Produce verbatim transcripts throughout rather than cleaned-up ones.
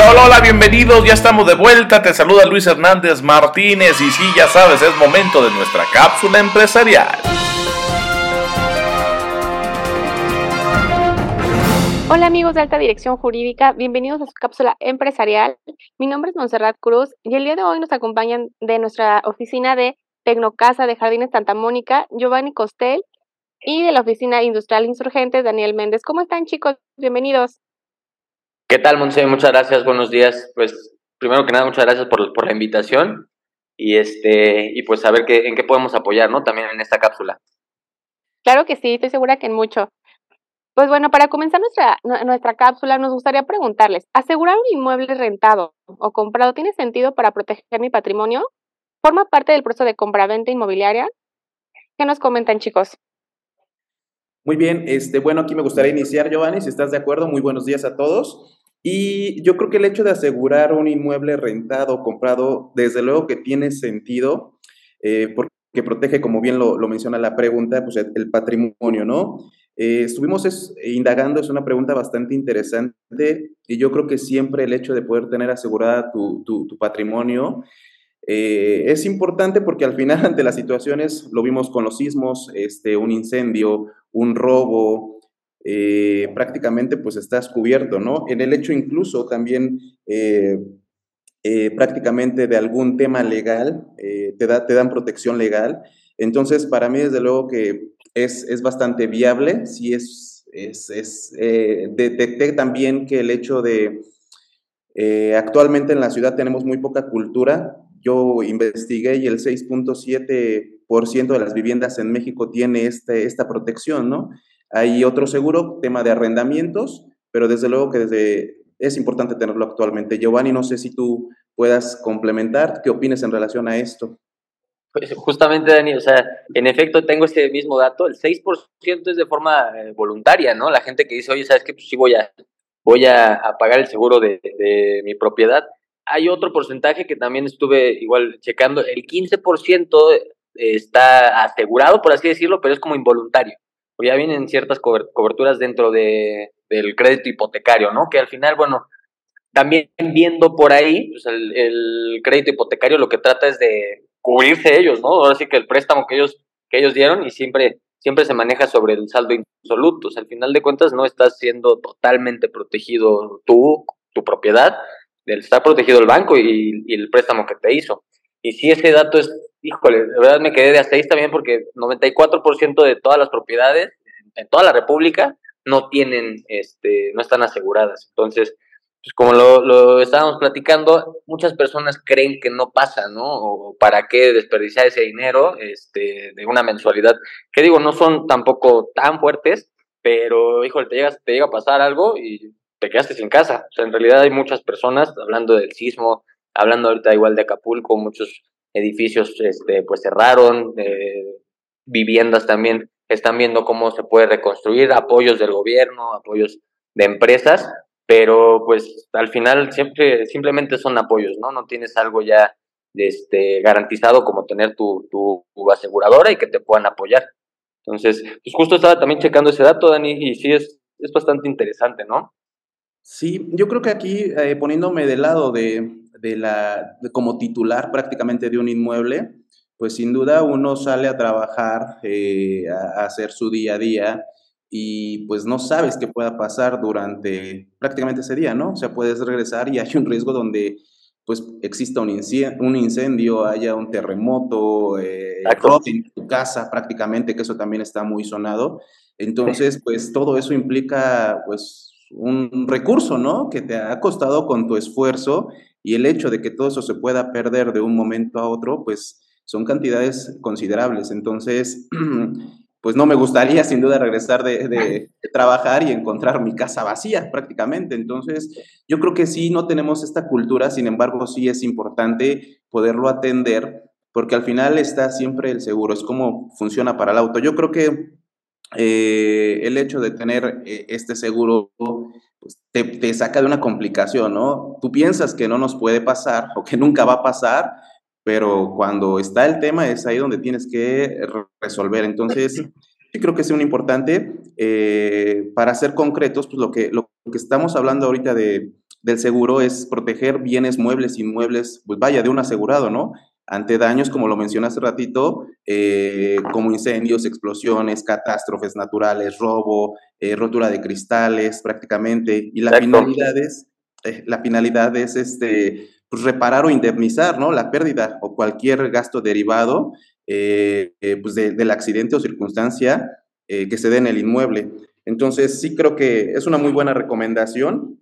Hola, hola, hola, bienvenidos, ya estamos de vuelta, te saluda Luis Hernández Martínez y sí, ya sabes, es momento de nuestra cápsula empresarial. Hola amigos de Alta Dirección Jurídica, bienvenidos a su cápsula empresarial. Mi nombre es Montserrat Cruz y el día de hoy nos acompañan de nuestra oficina de Tecnocasa de Jardines Santa Mónica, Giovanni Costel, y de la oficina industrial Insurgentes, Daniel Méndez. ¿Cómo están, chicos? Bienvenidos. ¿Qué tal, Montse? Muchas gracias, buenos días. Pues, primero que nada, muchas gracias por, por la invitación y este y pues saber qué, en qué podemos apoyar, ¿no? También en esta cápsula. Claro que sí, estoy segura que en mucho. Pues bueno, para comenzar nuestra, nuestra cápsula, nos gustaría preguntarles, ¿asegurar un inmueble rentado o comprado tiene sentido para proteger mi patrimonio? ¿Forma parte del proceso de compraventa inmobiliaria? ¿Qué nos comentan, chicos? Muy bien, este, bueno, aquí me gustaría iniciar, Giovanni, si estás de acuerdo. Muy buenos días a todos. Y yo creo que el hecho de asegurar un inmueble rentado o comprado, desde luego que tiene sentido, eh, porque protege, como bien lo, lo menciona la pregunta, pues el, el patrimonio, ¿no? Eh, estuvimos es, indagando, es una pregunta bastante interesante, y yo creo que siempre el hecho de poder tener asegurada tu, tu, tu patrimonio eh, es importante, porque al final, ante las situaciones, lo vimos con los sismos, este, un incendio, un robo, eh, prácticamente pues estás cubierto, ¿no? En el hecho incluso también eh, eh, prácticamente de algún tema legal, eh, te, da, te dan protección legal. Entonces, para mí, desde luego que es, es bastante viable. Sí, es, es, es eh, detecté también que el hecho de, eh, actualmente en la ciudad tenemos muy poca cultura. Yo investigué y el seis punto siete por ciento de las viviendas en México tiene este, esta protección, ¿no? Hay otro seguro, tema de arrendamientos, pero desde luego que desde, es importante tenerlo actualmente. Giovanni, no sé si tú puedas complementar, ¿qué opinas en relación a esto? Pues justamente, Dani, o sea, en efecto tengo este mismo dato, el seis por ciento es de forma eh, voluntaria, ¿no? La gente que dice, oye, ¿sabes qué? Pues sí voy a, voy a, a pagar el seguro de, de mi propiedad. Hay otro porcentaje que también estuve igual checando, el quince por ciento está asegurado, por así decirlo, pero es como involuntario. O ya vienen ciertas coberturas dentro de, del crédito hipotecario, ¿no? Que al final, bueno, también viendo por ahí, pues el, el crédito hipotecario lo que trata es de cubrirse ellos, ¿no? Ahora sí que el préstamo que ellos, que ellos dieron y siempre, siempre se maneja sobre el saldo absoluto. O sea, al final de cuentas no estás siendo totalmente protegido tú, tu propiedad, está protegido el banco y, y el préstamo que te hizo. Y si ese dato es, híjole, de verdad me quedé de a seis también, porque noventa y cuatro por ciento de todas las propiedades en toda la república no tienen, este, no están aseguradas. Entonces, pues como lo, lo estábamos platicando, muchas personas creen que no pasa, ¿no? O para qué desperdiciar ese dinero este, de una mensualidad, que digo, no son tampoco tan fuertes, pero, híjole, te, llegas, te llega a pasar algo y te quedaste sin casa. O sea, en realidad hay muchas personas, hablando del sismo, hablando ahorita igual de Acapulco, muchos edificios este, pues cerraron, eh, viviendas también están viendo cómo se puede reconstruir, apoyos del gobierno, apoyos de empresas, pero pues al final siempre simplemente son apoyos, ¿no? No tienes algo ya este, garantizado como tener tu, tu, tu aseguradora y que te puedan apoyar. Entonces, pues justo estaba también checando ese dato, Dani, y sí es, es bastante interesante, ¿no? Sí, yo creo que aquí, eh, poniéndome del lado de, de la, de como titular prácticamente de un inmueble, pues sin duda uno sale a trabajar, eh, a, a hacer su día a día, y pues no sabes qué pueda pasar durante prácticamente ese día, ¿no? O sea, puedes regresar y hay un riesgo donde pues exista un incendio, un incendio, haya un terremoto, eh, Exacto. roben tu casa prácticamente, que eso también está muy sonado. Entonces, pues todo eso implica pues un recurso, ¿no? Que te ha costado con tu esfuerzo, y el hecho de que todo eso se pueda perder de un momento a otro, pues son cantidades considerables. Entonces, pues no me gustaría sin duda regresar de, de, de trabajar y encontrar mi casa vacía prácticamente. Entonces, yo creo que sí, no tenemos esta cultura, sin embargo, sí es importante poderlo atender, porque al final está siempre el seguro, es como funciona para el auto. Yo creo que eh, el hecho de tener eh, este seguro pues, te, te saca de una complicación, ¿no? Tú piensas que no nos puede pasar o que nunca va a pasar, pero cuando está el tema es ahí donde tienes que re- resolver. Entonces, sí creo que es un importante. Eh, para ser concretos, pues lo que, lo que estamos hablando ahorita de, del seguro es proteger bienes muebles, inmuebles, pues vaya, de un asegurado, ¿no? Ante daños, como lo mencioné hace ratito, eh, como incendios, explosiones, catástrofes naturales, robo, eh, rotura de cristales, prácticamente. Y la Exacto. finalidad es, eh, la finalidad es este, pues reparar o indemnizar, ¿no? La pérdida o cualquier gasto derivado eh, eh, pues de, del accidente o circunstancia eh, que se dé en el inmueble. Entonces, sí creo que es una muy buena recomendación.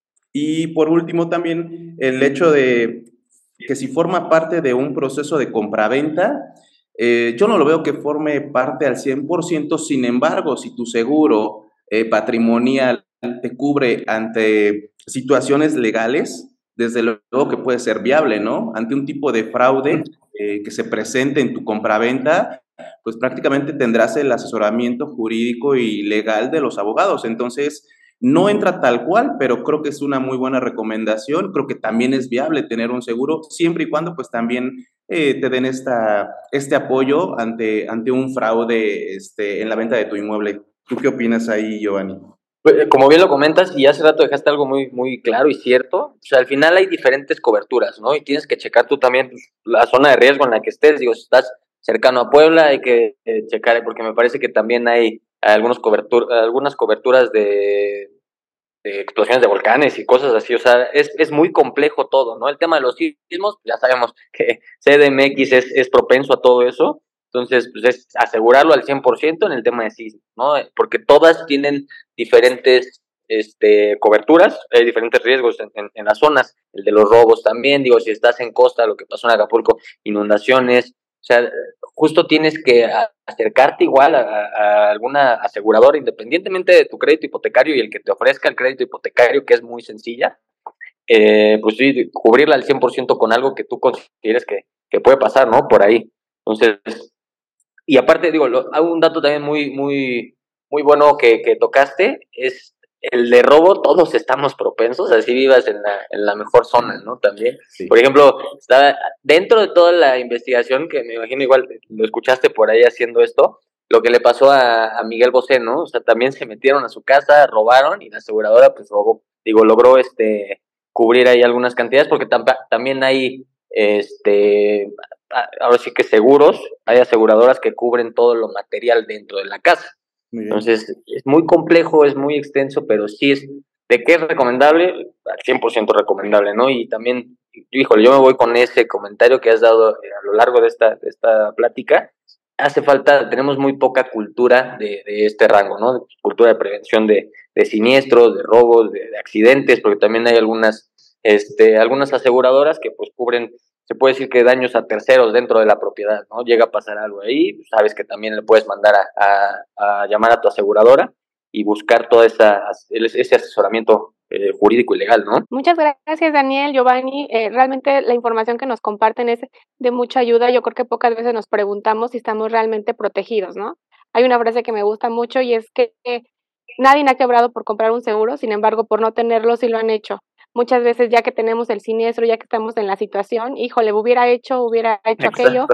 Y por último, también el hecho de que si forma parte de un proceso de compraventa, eh, yo no lo veo que forme parte al cien por ciento. Sin embargo, si tu seguro eh, patrimonial te cubre ante situaciones legales, desde luego que puede ser viable, ¿no? Ante un tipo de fraude eh, que se presente en tu compraventa, pues prácticamente tendrás el asesoramiento jurídico y legal de los abogados. Entonces, no entra tal cual, pero creo que es una muy buena recomendación. Creo que también es viable tener un seguro, siempre y cuando pues también eh, te den esta, este apoyo ante, ante un fraude este, en la venta de tu inmueble. ¿Tú qué opinas ahí, Giovanni? Como bien lo comentas, y hace rato dejaste algo muy, muy claro y cierto, o sea, al final hay diferentes coberturas, ¿no? Y tienes que checar tú también pues, la zona de riesgo en la que estés. Digo, si estás cercano a Puebla, hay que eh, checar, porque me parece que también hay algunos cobertur algunas coberturas de, de explosiones de volcanes y cosas así. O sea, es, es muy complejo todo, ¿no? El tema de los sismos, ya sabemos que C D M X es, es propenso a todo eso. Entonces, pues es asegurarlo al cien por ciento en el tema de sismos, ¿no? Porque todas tienen diferentes este, coberturas, hay diferentes riesgos en, en, en las zonas. El de los robos también, digo, si estás en costa, lo que pasó en Acapulco, inundaciones. O sea, justo tienes que acercarte igual a, a alguna aseguradora, independientemente de tu crédito hipotecario y el que te ofrezca el crédito hipotecario, que es muy sencilla. Eh, pues sí, cubrirla al cien por ciento con algo que tú consideres que, que puede pasar, ¿no? Por ahí. Entonces, y aparte, digo, lo, un dato también muy, muy, muy bueno que, que tocaste es el de robo. Todos estamos propensos, así vivas en la, en la mejor zona, ¿no? También. Sí. Por ejemplo, está dentro de toda la investigación, que me imagino igual lo escuchaste por ahí haciendo esto, lo que le pasó a, a Miguel Bosé, ¿no? O sea, también se metieron a su casa, robaron, y la aseguradora, pues, robó, digo, logró este cubrir ahí algunas cantidades, porque tam también hay, este... ahora sí que seguros, hay aseguradoras que cubren todo lo material dentro de la casa. Entonces, es muy complejo, es muy extenso, pero sí es, ¿de qué es recomendable? Al cien por ciento recomendable, ¿no? Y también, híjole, yo me voy con ese comentario que has dado a lo largo de esta, de esta plática. Hace falta, tenemos muy poca cultura de, de este rango, ¿no? Cultura de prevención de, de siniestros, de robos, de, de accidentes, porque también hay algunas, este, algunas aseguradoras que pues cubren, se puede decir que daños a terceros dentro de la propiedad, ¿no? Llega a pasar algo ahí, pues sabes que también le puedes mandar a, a, a llamar a tu aseguradora y buscar todo esa, ese asesoramiento eh, jurídico y legal, ¿no? Muchas gracias, Daniel, Giovanni. Eh, realmente la información que nos comparten es de mucha ayuda. Yo creo que pocas veces nos preguntamos si estamos realmente protegidos, ¿no? Hay una frase que me gusta mucho y es que eh, nadie ha quebrado por comprar un seguro, sin embargo, por no tenerlo sí lo han hecho. Muchas veces ya que tenemos el siniestro, ya que estamos en la situación, híjole, hubiera hecho, hubiera hecho Exacto. aquello,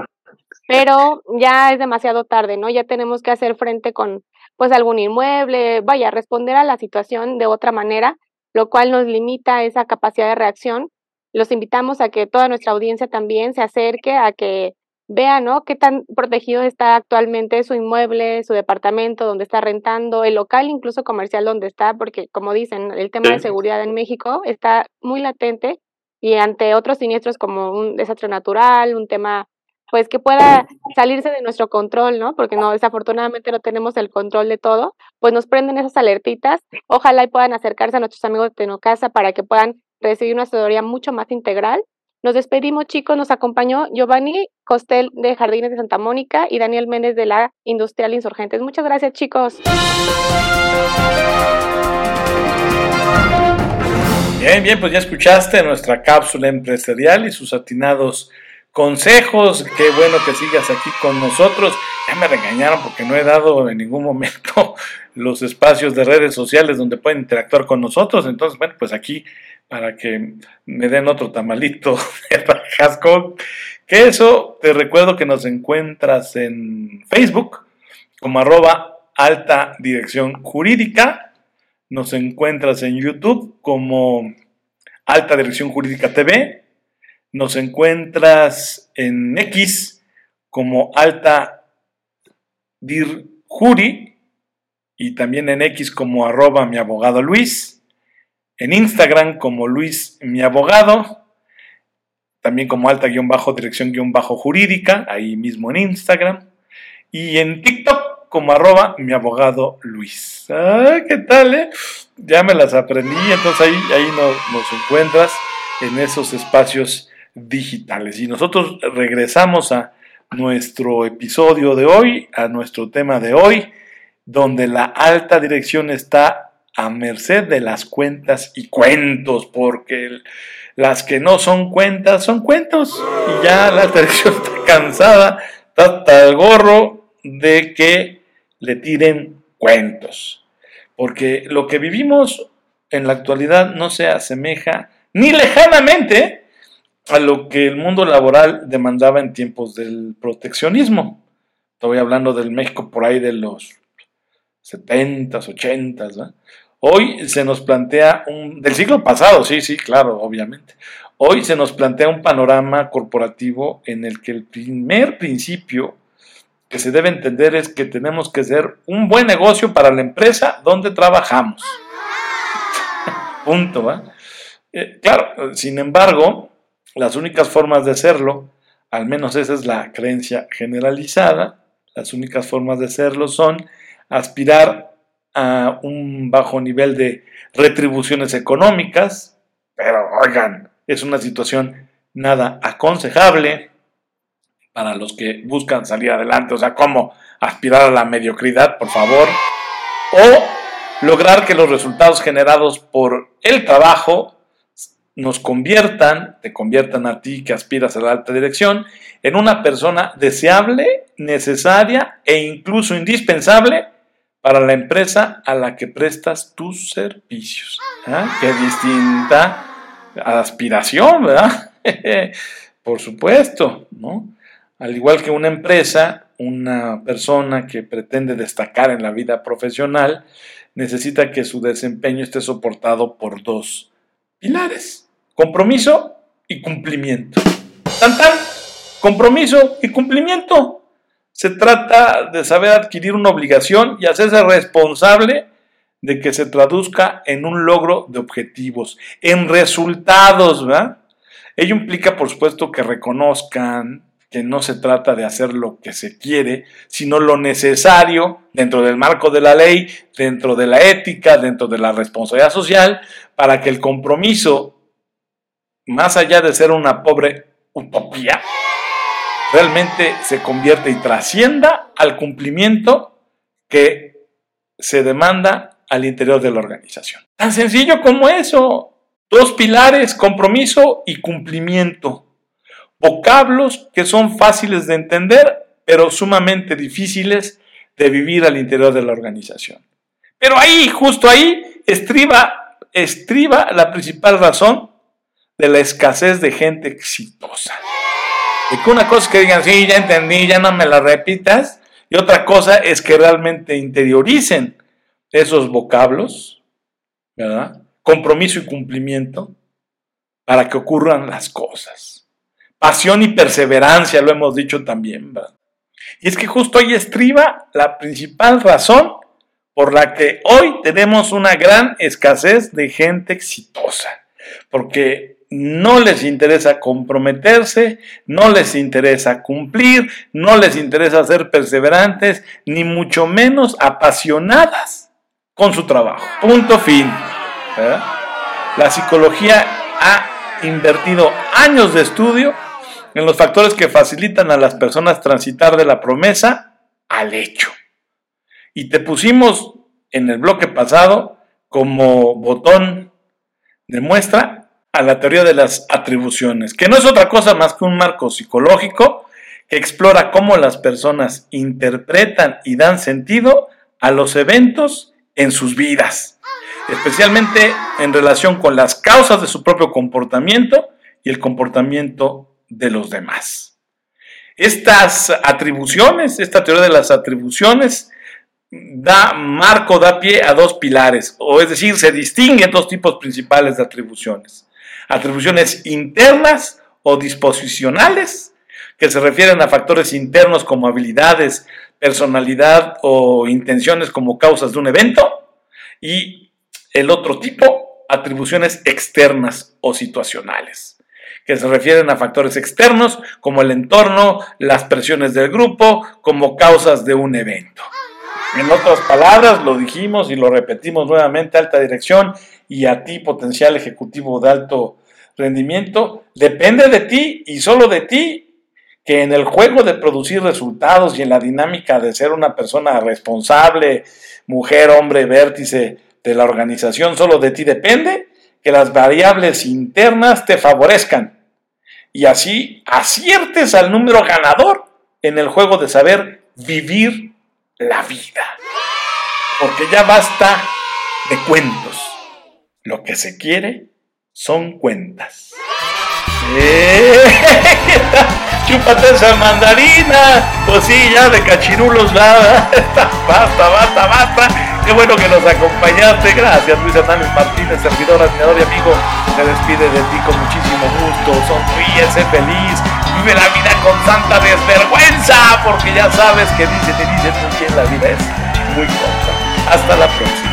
pero ya es demasiado tarde, ¿no? Ya tenemos que hacer frente con, pues, algún inmueble, vaya, responder a la situación de otra manera, lo cual nos limita esa capacidad de reacción. Los invitamos a que toda nuestra audiencia también se acerque a que vea, ¿no? Qué tan protegido está actualmente su inmueble, su departamento donde está rentando, el local incluso comercial donde está, porque como dicen, el tema sí. de seguridad en México está muy latente y ante otros siniestros como un desastre natural, un tema pues que pueda salirse de nuestro control, ¿no? Porque no, desafortunadamente no tenemos el control de todo, pues nos prenden esas alertitas. Ojalá y puedan acercarse a nuestros amigos de Tecnocasa para que puedan recibir una asesoría mucho más integral. Nos despedimos, chicos. Nos acompañó Giovanni Costel de Jardines de Santa Mónica y Daniel Méndez de la Industrial Insurgentes. Muchas gracias, chicos. Bien, bien, pues ya escuchaste nuestra cápsula empresarial y sus atinados consejos. Qué bueno que sigas aquí con nosotros. Ya me regañaron porque no he dado en ningún momento los espacios de redes sociales donde pueden interactuar con nosotros. Entonces, bueno, pues aquí para que me den otro tamalito de rajas con queso. Te recuerdo que nos encuentras en Facebook como arroba alta dirección jurídica. Nos encuentras en YouTube como Alta Dirección Jurídica T V. Nos encuentras en X como Alta Dir Juri y también en X como arroba mi abogado Luis. En Instagram como Luis mi abogado. También como alta guión bajo dirección guión bajo jurídica, ahí mismo en Instagram. Y en TikTok como arroba mi abogado Luis. ¡Ay, qué tal, eh! Ya me las aprendí, entonces ahí, ahí nos, nos encuentras en esos espacios digitales. Y nosotros regresamos a nuestro episodio de hoy, a nuestro tema de hoy, donde la alta dirección está a merced de las cuentas y cuentos, porque el, las que no son cuentas son cuentos, y ya la alta dirección está cansada, está hasta el gorro de que le tiren cuentos, porque lo que vivimos en la actualidad no se asemeja ni lejanamente a lo que el mundo laboral demandaba en tiempos del proteccionismo. Estoy hablando del México por ahí de los setentas, ochentas, ¿no? Hoy se nos plantea un, del siglo pasado, sí, sí, claro, obviamente. Hoy se nos plantea un panorama corporativo en el que el primer principio que se debe entender es que tenemos que ser un buen negocio para la empresa donde trabajamos. Punto, ¿va? Eh, claro, sin embargo, las únicas formas de hacerlo, al menos esa es la creencia generalizada, las únicas formas de hacerlo son aspirar a un bajo nivel de retribuciones económicas, pero oigan, es una situación nada aconsejable para los que buscan salir adelante, o sea, ¿cómo aspirar a la mediocridad, por favor? O lograr que los resultados generados por el trabajo nos conviertan, te conviertan a ti que aspiras a la alta dirección, en una persona deseable, necesaria e incluso indispensable para la empresa a la que prestas tus servicios. ¿Ah? Qué distinta aspiración, ¿verdad? Por supuesto, ¿no? Al igual que una empresa, una persona que pretende destacar en la vida profesional necesita que su desempeño esté soportado por dos pilares: compromiso y cumplimiento. ¡Tan, tan! Compromiso y cumplimiento. Se trata de saber adquirir una obligación y hacerse responsable de que se traduzca en un logro de objetivos, en resultados, ¿verdad? Ello implica, por supuesto, que reconozcan que no se trata de hacer lo que se quiere, sino lo necesario dentro del marco de la ley, dentro de la ética, dentro de la responsabilidad social, para que el compromiso, más allá de ser una pobre utopía, realmente se convierte y trascienda al cumplimiento que se demanda al interior de la organización. Tan sencillo como eso. Dos pilares: compromiso y cumplimiento. Vocablos que son fáciles de entender, pero sumamente difíciles de vivir al interior de la organización. Pero ahí, justo ahí, estriba, estriba la principal razón de la escasez de gente exitosa. De que una cosa es que digan, sí, ya entendí, ya no me la repitas, y otra cosa es que realmente interioricen esos vocablos, ¿verdad? Compromiso y cumplimiento, para que ocurran las cosas. Pasión y perseverancia, lo hemos dicho también, ¿verdad? Y es que justo ahí estriba la principal razón por la que hoy tenemos una gran escasez de gente exitosa, porque no les interesa comprometerse, no les interesa cumplir, no les interesa ser perseverantes, ni mucho menos apasionadas con su trabajo. Punto fin. ¿Verdad? La psicología ha invertido años de estudio en los factores que facilitan a las personas transitar de la promesa al hecho. Y te pusimos en el bloque pasado como botón de muestra a la teoría de las atribuciones, que no es otra cosa más que un marco psicológico que explora cómo las personas interpretan y dan sentido a los eventos en sus vidas, especialmente en relación con las causas de su propio comportamiento y el comportamiento de los demás. Estas atribuciones, esta teoría de las atribuciones, da marco, da pie a dos pilares, o es decir, se distinguen dos tipos principales de atribuciones. Atribuciones internas o disposicionales, que se refieren a factores internos como habilidades, personalidad o intenciones como causas de un evento. Y el otro tipo, atribuciones externas o situacionales, que se refieren a factores externos como el entorno, las presiones del grupo, como causas de un evento. En otras palabras, lo dijimos y lo repetimos nuevamente, alta dirección, y a ti, potencial ejecutivo de alto rendimiento, depende de ti y solo de ti, que en el juego de producir resultados y en la dinámica de ser una persona responsable, mujer, hombre, vértice de la organización, solo de ti depende que las variables internas te favorezcan y así aciertes al número ganador en el juego de saber vivir la vida. Porque ya basta de cuentos. Lo que se quiere son cuentas. ¡Eh! ¡Chúpate esa mandarina! Pues sí, ya de cachirulos, nada. Basta, basta, basta. Qué bueno que nos acompañaste. Gracias, Luis Hernández Martínez, servidor, admirador y amigo. Se despide de ti con muchísimo gusto. Sonríe, sé feliz. Vive la vida con santa desvergüenza. Porque ya sabes que dice, te dice muy bien, la vida es muy corta. Hasta la próxima.